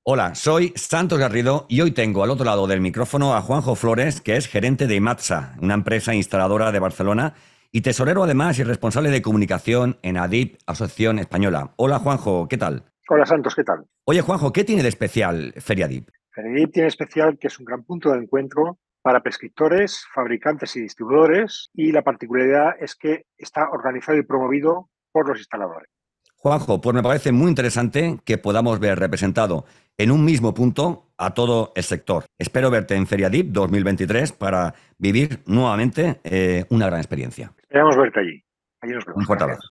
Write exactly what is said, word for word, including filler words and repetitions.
Hola, soy Santos Garrido y hoy tengo al otro lado del micrófono a Juanjo Flores, que es gerente de Imatsa, una empresa instaladora de Barcelona, y tesorero además y responsable de comunicación en ADIP, Asociación Española. Hola Juanjo, ¿qué tal? Hola Santos, ¿qué tal? Oye Juanjo, ¿qué tiene de especial Feria ADIP? Fenedip tiene especial que es un gran punto de encuentro para prescriptores, fabricantes y distribuidores, y la particularidad es que está organizado y promovido por los instaladores. Juanjo, pues me parece muy interesante que podamos ver representado en un mismo punto a todo el sector. Espero verte en Feria ADIP dos mil veintitrés para vivir nuevamente eh, una gran experiencia. Esperamos verte allí. Allí nos Un vemos. fuerte abrazo. Gracias.